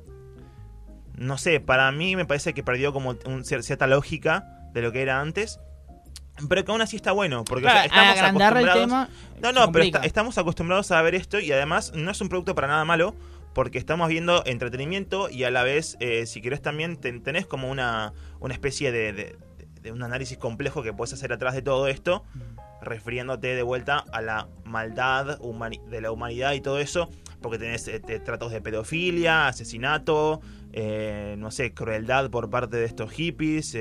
no sé, para mí me parece que perdió como cierta lógica de lo que era antes, pero que aún así está bueno, porque Claro, estamos agrandar el acostumbrados. tema No, pero complica. estamos acostumbrados a ver esto y además no es un producto para nada malo, porque estamos viendo entretenimiento y a la vez, si querés también tenés como una especie de un análisis complejo que puedes hacer atrás de todo esto, refiriéndote de vuelta a la maldad de la humanidad y todo eso, porque tenés tratos de pedofilia, asesinato, no sé, crueldad por parte de estos hippies.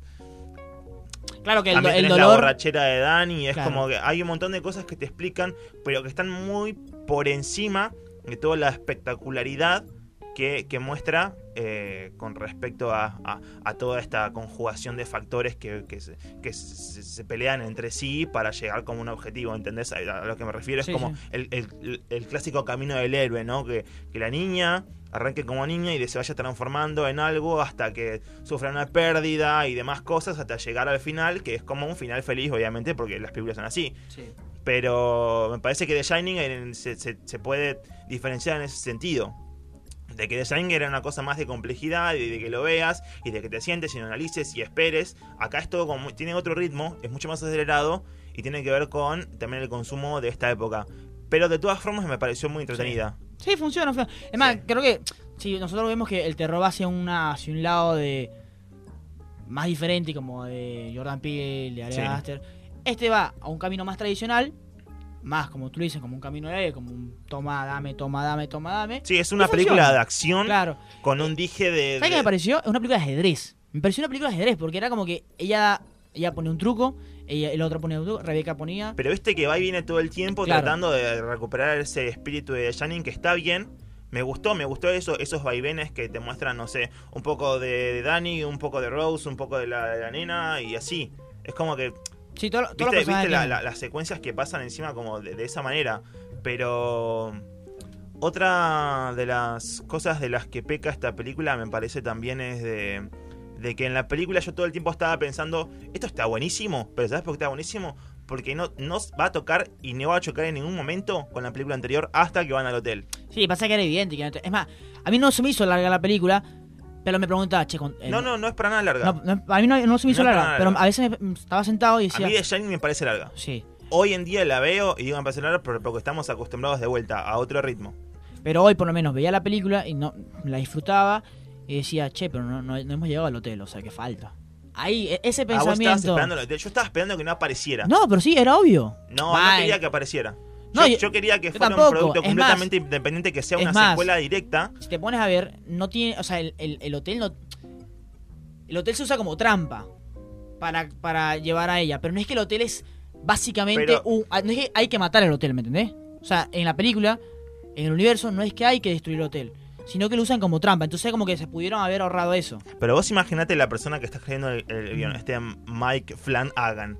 Claro que También el tenés la dolor... borrachera de Dani, es Claro. como que hay un montón de cosas que te explican, pero que están muy por encima de toda la espectacularidad que muestra con respecto a toda esta conjugación de factores que se pelean entre sí para llegar como un objetivo, ¿entendés? A lo que me refiero es Sí, como sí. el clásico camino del héroe, ¿no? Que la niña arranque como niña y se vaya transformando en algo hasta que sufra una pérdida y demás cosas hasta llegar al final, que es como un final feliz, obviamente, porque las películas son así. Sí. Pero me parece que The Shining se puede diferenciar en ese sentido. De que The Shining era una cosa más de complejidad y de que lo veas y de que te sientes y lo analices y esperes. Acá es todo como, tiene otro ritmo, es mucho más acelerado y tiene que ver con también el consumo de esta época. Pero de todas formas me pareció muy entretenida. Sí, funciona. Es más, Sí. creo que si nosotros vemos que el terror va hacia un lado de más diferente, como de Jordan Peele, de Ari Sí. Aster, este va a un camino más tradicional, más como tú dices, como un camino de como un toma, dame, toma, dame, toma, dame. Sí, es una Y película funciona. de acción Claro. con un dije de... ¿Sabes qué me pareció? Es una película de ajedrez. Me pareció una película de ajedrez porque era como que ella pone un truco, el otro pone un truco, Rebeca ponía. Pero viste que va y viene todo el tiempo Claro. tratando de recuperar ese espíritu de Shining que está bien. Me gustó eso, esos vaivenes que te muestran, no sé, un poco de Dani, un poco de Rose, un poco de la nena y así. Es como que, Sí, todos los viste personajes tienen- las secuencias que pasan encima como de esa manera. Pero otra de las cosas de las que peca esta película me parece también es de que en la película yo todo el tiempo estaba pensando, esto está buenísimo, pero ¿sabes por qué está buenísimo? Porque no va a tocar y no va a chocar en ningún momento con la película anterior hasta que van al hotel. Sí, pasa que era evidente. Es más, a mí no se me hizo larga la película, pero me preguntaba, che, No es para nada larga. a mí no se me hizo No es para larga, nada pero larga. a veces estaba sentado y A decía... mí The Shining me parece larga. Sí, Hoy en día la veo y digo me parece larga porque estamos acostumbrados de vuelta a otro ritmo. pero hoy por lo menos veía la película y no la disfrutaba y decía, che, pero no hemos llegado al hotel, o sea, que falta. Ahí, ese Ah, vos estabas pensamiento... esperando el hotel. Yo estaba esperando que no apareciera. No, pero sí, era obvio. No Vale. quería que apareciera. No, Yo quería que yo fuera tampoco. un producto Es completamente independiente, que sea es una más, secuela directa. Si te pones a ver, no tiene... O sea, el hotel no... El hotel se usa como trampa para llevar a ella, pero no es que el hotel es básicamente Pero- no es que hay que matar el hotel, ¿me entendés? O sea, en la película, en el universo, no es que hay que destruir el hotel, sino que lo usan como trampa. Entonces como que se pudieron haber ahorrado eso. Pero vos imaginate la persona que está escribiendo el guión, Mike Flanagan.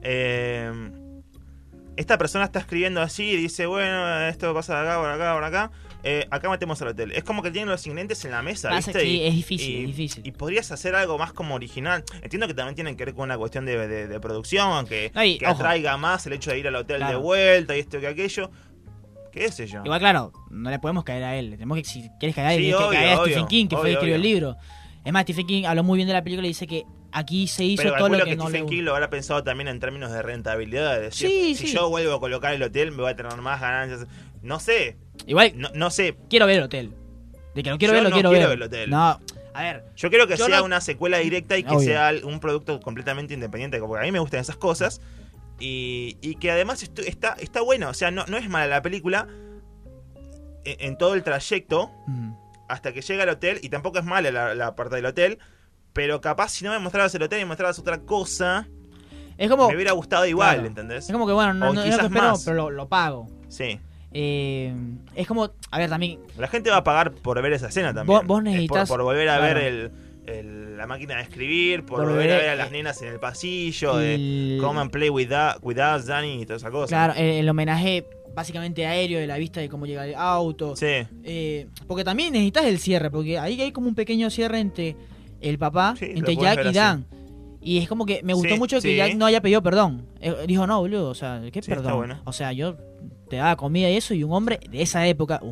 Esta persona está escribiendo así y dice, bueno, esto pasa de acá, por acá, por acá. Acá metemos al hotel. Es como que tienen los ingredientes en la mesa, Pasa ¿viste? que es difícil, es difícil. Y podrías hacer algo más como original. Entiendo que también tienen que ver con una cuestión de producción, que No, y, que ojo. atraiga más el hecho de ir al hotel Claro. de vuelta y esto que aquello. ¿Qué sé yo? Igual, claro, no le podemos caer a él. Tenemos que, si quieres caer a él, Sí, tienes que obvio, caer a obvio, Stephen King, que fue el que escribió el obvio. libro. Es más, Stephen King habló muy bien de la película y dice que aquí se hizo Pero todo lo calculo que que no le Stephen King lo habrá pensado también en términos de rentabilidad. Es decir, Sí, si sí. yo vuelvo a colocar el hotel, me voy a tener más ganancias. No sé, Igual, no sé. quiero ver el hotel. De que lo quiero Yo ver, lo no quiero quiero ver. ver el hotel. No, a ver, Yo quiero que Yo sea no- una secuela directa y que Obvio. sea un producto completamente independiente, porque a mí me gustan esas cosas. Y que además está bueno, o sea, no es mala la película en todo el trayecto hasta que llega al hotel, y tampoco es mala la parte del hotel, pero capaz si no me mostrabas el hotel y me mostrabas otra cosa, es como... me hubiera gustado igual, Claro. ¿entendés? Es como que, bueno, O no es lo que quizás espero, más. pero lo pago. Sí. Es como, a ver, también... La gente va a pagar por ver esa escena también. Vos necesitas... Por volver a claro. ver la máquina de escribir, por volver a ver a las nenas en el pasillo, de come and play with us, Danny, y toda esa cosa. Claro, el homenaje básicamente aéreo de la vista de cómo llega el auto. Sí. Porque también necesitas el cierre, porque ahí hay como un pequeño cierre entre el papá, Sí, entre lo puedes Jack ver y así. Dan. Y es como que me gustó Sí, mucho que sí. Jack no haya pedido perdón. Dijo, no, boludo, o sea, ¿qué Sí, perdón? está bueno. O sea, yo te daba comida y eso, y un hombre de esa época,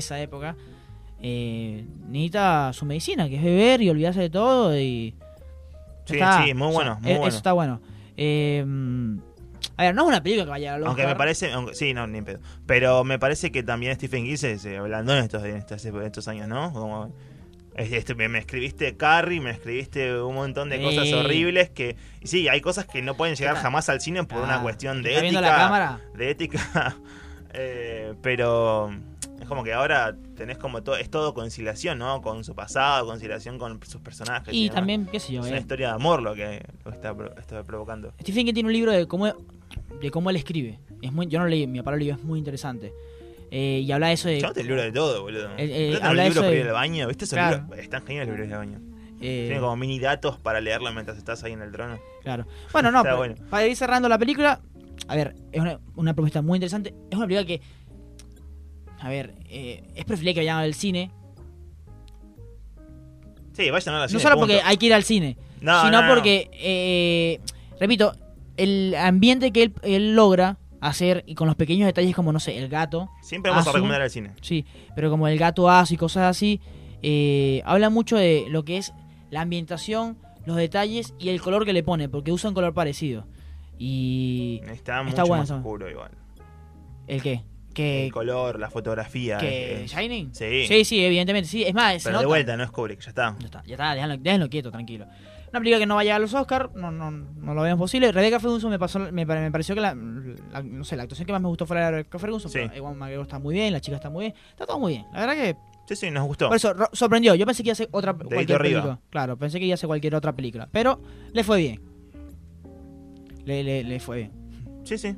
necesita su medicina, que es beber y olvidarse de todo y... Sí, está, sí, muy bueno, o sea, muy eso bueno. está bueno. A ver, no es una película que vaya a los Aunque me parece, sí, no, ni en pedo. Pero me parece que también Stephen King se ablandó en estos años, ¿no? Como, me escribiste Carrie, me escribiste un montón de cosas horribles que... y sí, hay cosas que no pueden llegar jamás al cine por una cuestión de ¿está viendo ética. la cámara? De ética. Pero es como que ahora tenés como todo, es todo conciliación, ¿no? Con su pasado, conciliación con sus personajes. Y demás. también, qué sé yo, Es una historia de amor lo que está provocando. Stephen King tiene un libro de cómo él escribe. Yo no lo leí, mi papá lo leyó, es muy interesante. Y habla de eso de... Llévate el libro de todo, boludo. Habla un libro eso para de- ir al baño, ¿viste? Esos Claro. libros están geniales los libros de baño. eh, Tienen como mini datos para leerlo mientras estás ahí en el trono. Claro. Bueno, no, Está pero bueno. para ir cerrando la película, a ver, es una propuesta muy interesante. Es una película que, a ver, es preferible que vayan al cine. Sí, vayan a la No cine, solo punto. porque hay que ir al cine, No, sino no, no. porque, repito, el ambiente que él logra hacer, y con los pequeños detalles como, no sé, el gato. Siempre vamos a Azu, recomendar el cine. Sí, pero como el gato Azu y cosas así, habla mucho de lo que es la ambientación, los detalles y el color que le pone, porque usa un color parecido. Y Está Está mucho bueno más eso. oscuro igual. ¿el qué? El color, la fotografía. ¿Que Shining? Sí. Sí, evidentemente, sí. Es más, se Pero de nota. vuelta, no es Kubrick, ya está. Ya está, déjenlo quieto, tranquilo. Una película que no va a llegar a los Oscars, no lo vemos posible. Rebecca Ferguson me pareció que no sé, la actuación que más me gustó fue la de Rebecca Ferguson. Sí. Pero Ewan McGregor está muy bien, la chica está muy bien, está todo muy bien. La verdad que Sí, nos gustó. por eso sorprendió. Yo pensé que iba a ser cualquier arriba. película. Claro, pensé que iba a ser cualquier otra película, pero le fue bien. Le fue bien. Sí, sí.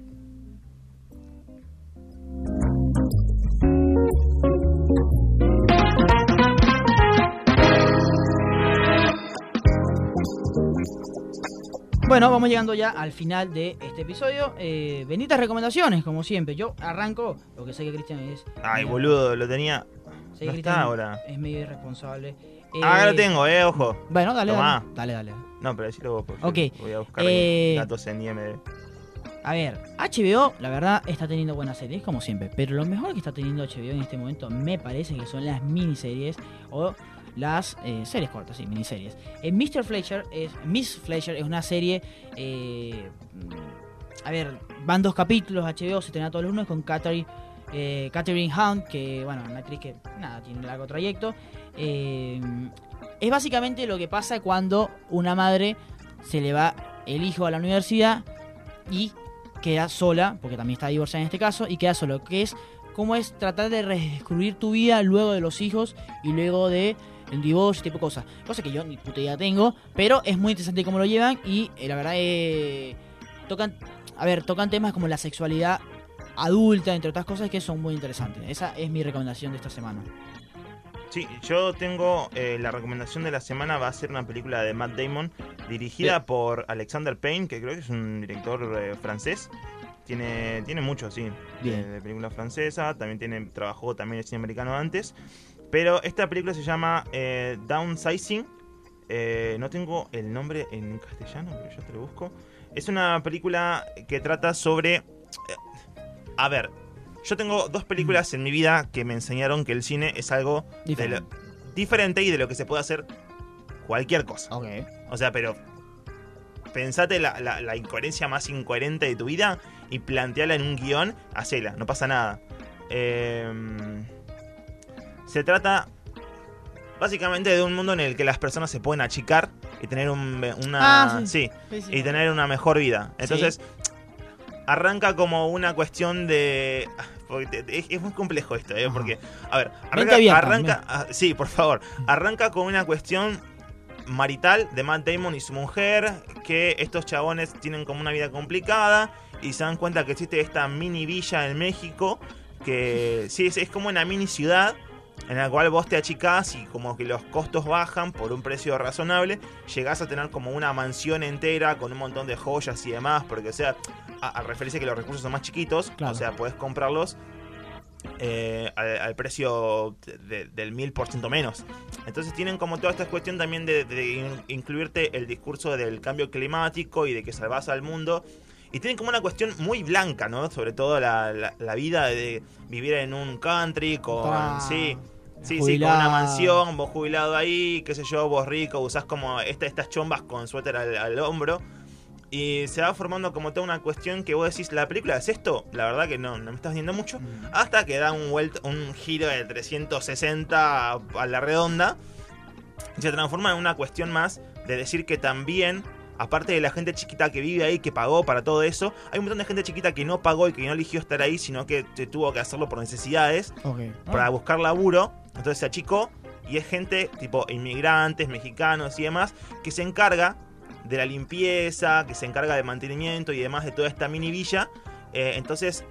Bueno, vamos llegando ya al final de este episodio. Benditas recomendaciones, como siempre. Yo arranco, lo que sé que Cristian es... Ay, boludo, lo tenía. sé que No Cristian está ahora. es medio irresponsable. Ah, lo tengo, ojo. Bueno, dale. Tomá. Dale. No, pero decilo vos, porque Ok. voy a buscar datos en IMDb. A ver, HBO, la verdad, está teniendo buenas series, como siempre. Pero lo mejor que está teniendo HBO en este momento, me parece que son las miniseries o las series cortas, sí, miniseries. Miss Fletcher es una serie... a ver, van 2 capítulos, HBO se estrena todos los lunes con Catherine Hunt, que, bueno, una actriz que, nada, tiene un largo trayecto. Es básicamente lo que pasa cuando una madre se le va el hijo a la universidad y queda sola, porque también está divorciada en este caso, y queda solo, que es cómo es tratar de redescubrir tu vida luego de los hijos y luego de el divorcio, tipo de cosas. Cosa que yo ni puta idea tengo, pero es muy interesante cómo lo llevan y la verdad tocan temas como la sexualidad adulta, entre otras cosas que son muy interesantes. Esa es mi recomendación de esta semana. Sí, yo tengo la recomendación de la semana, va a ser una película de Matt Damon dirigida por Alexander Payne, que creo que es un director francés. Tiene mucho, sí, de película francesa. También trabajó también en cine americano antes. Pero esta película se llama Downsizing. No tengo el nombre en castellano, pero yo te lo busco. Es una película que trata sobre... a ver, yo tengo 2 películas en mi vida que me enseñaron que el cine es algo diferente y de lo que se puede hacer cualquier cosa. Okay. O sea, pero pensate la incoherencia más incoherente de tu vida y planteala en un guión, hacela, no pasa nada. Se trata básicamente de un mundo en el que las personas se pueden achicar y tener Sí, y tener una mejor vida. Entonces, arranca como una cuestión de... porque es muy complejo esto, porque, a ver, sí, por favor, arranca con una cuestión marital de Matt Damon y su mujer, que estos chabones tienen como una vida complicada y se dan cuenta que existe esta mini villa en México que sí, es como una mini ciudad en la cual vos te achicás y como que los costos bajan por un precio razonable, llegás a tener como una mansión entera con un montón de joyas y demás, porque o sea, a referirse que los recursos son más chiquitos, Claro. o sea, podés comprarlos al precio del 1000% menos. Entonces tienen como toda esta cuestión también de incluirte el discurso del cambio climático y de que salvás al mundo. Y tienen como una cuestión muy blanca, ¿no? Sobre todo la vida de vivir en un country con... Sí, con una mansión, vos jubilado ahí, qué sé yo, vos rico, usás como estas chombas con suéter al hombro. Y se va formando como toda una cuestión que vos decís, ¿la película es esto? La verdad que no me estás viendo mucho. Hasta que da un giro de 360 a la redonda. Y se transforma en una cuestión más de decir que también, aparte de la gente chiquita que vive ahí, que pagó para todo eso, hay un montón de gente chiquita que no pagó y que no eligió estar ahí, sino que tuvo que hacerlo por necesidades, para buscar laburo. Entonces se achicó y es gente tipo inmigrantes, mexicanos y demás, que se encarga de la limpieza, que se encarga de mantenimiento y demás de toda esta mini villa. Entonces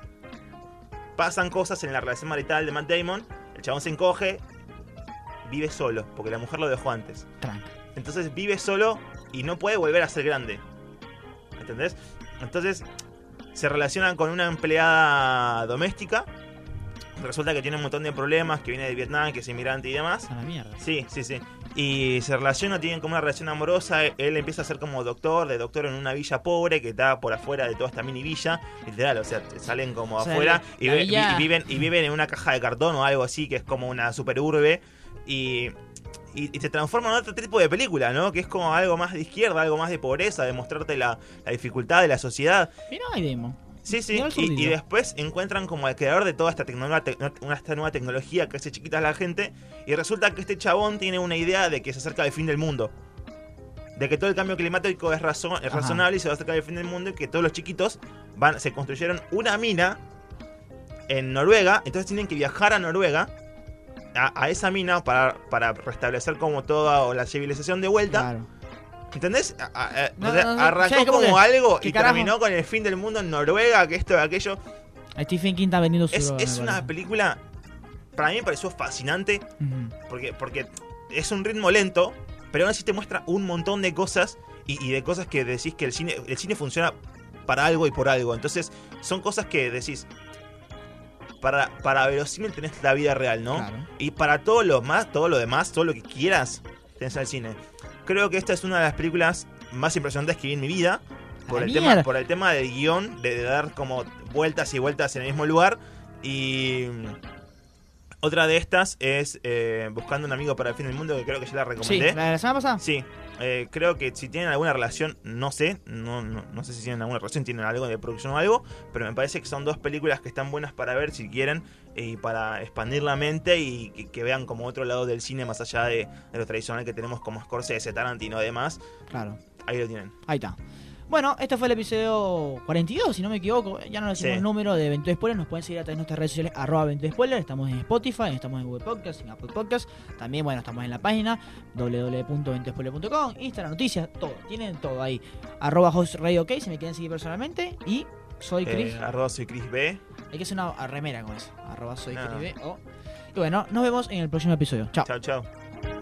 pasan cosas en la relación marital de Matt Damon. El chabón se encoge, vive solo, porque la mujer lo dejó antes. Tranca. Entonces vive solo y no puede volver a ser grande. ¿Entendés? Entonces se relacionan con una empleada doméstica. Resulta que tiene un montón de problemas, que viene de Vietnam, que es inmigrante y demás. A la mierda. Sí. Y se relaciona, tienen como una relación amorosa. Él empieza a ser como doctor en una villa pobre que está por afuera de toda esta mini villa. Literal, o sea, salen como afuera y viven en una caja de cartón o algo así, que es como una super urbe. Y se transforma en otro tipo de película, ¿no? Que es como algo más de izquierda, algo más de pobreza, de mostrarte la dificultad de la sociedad. Mira, hay demo. Sí. Y después encuentran como al creador de toda esta nueva tecnología que hace chiquita a la gente. Y resulta que este chabón tiene una idea de que se acerca del fin del mundo. De que todo el cambio climático es razonable y se va a acercar del fin del mundo. Y que todos los chiquitos se construyeron una mina en Noruega. Entonces tienen que viajar a Noruega, a esa mina, para restablecer como toda la civilización de vuelta. Claro. ¿Entendés? No, arrancó como que, algo y carajo? Terminó con el fin del mundo en Noruega, que esto, aquello. Stephen King está vendiendo su droga, Es una película, para mí me pareció fascinante, porque es un ritmo lento, pero aún así te muestra un montón de cosas y de cosas que decís que el cine funciona para algo y por algo. Entonces son cosas que decís, para verosímil tenés la vida real, ¿no? Claro. Y para todo lo demás, todo lo que quieras, tenés el cine. Creo que esta es una de las películas más impresionantes que vi en mi vida. Por el tema del guión, de dar como vueltas y vueltas en el mismo lugar. Y otra de estas es Buscando un amigo para el fin del mundo, que creo que ya la recomendé. Sí, ¿la de la semana pasada? Sí. Creo que si tienen alguna relación, no sé si tienen alguna relación, tienen algo de producción o algo, pero me parece que son dos películas que están buenas para ver si quieren, y para expandir la mente y que vean como otro lado del cine más allá de lo tradicional que tenemos como Scorsese, Tarantino y demás. Claro. Ahí lo tienen. Ahí está. Bueno, este fue el episodio 42, si no me equivoco. Ya no decimos el número de 22 Spoilers. Nos pueden seguir a través de nuestras redes sociales, @22Spoilers. Estamos en Spotify, estamos en Google Podcast, en Apple Podcast. También, bueno, estamos en la página www.20spoiler.com, Instagram, noticias, todo. Tienen todo ahí. @HostRadioOK si me quieren seguir personalmente. Y soy Chris. Soy Chris B. Hay que hacer una remera con eso. @soy Chris B. Y bueno, nos vemos en el próximo episodio. Chao. Chao.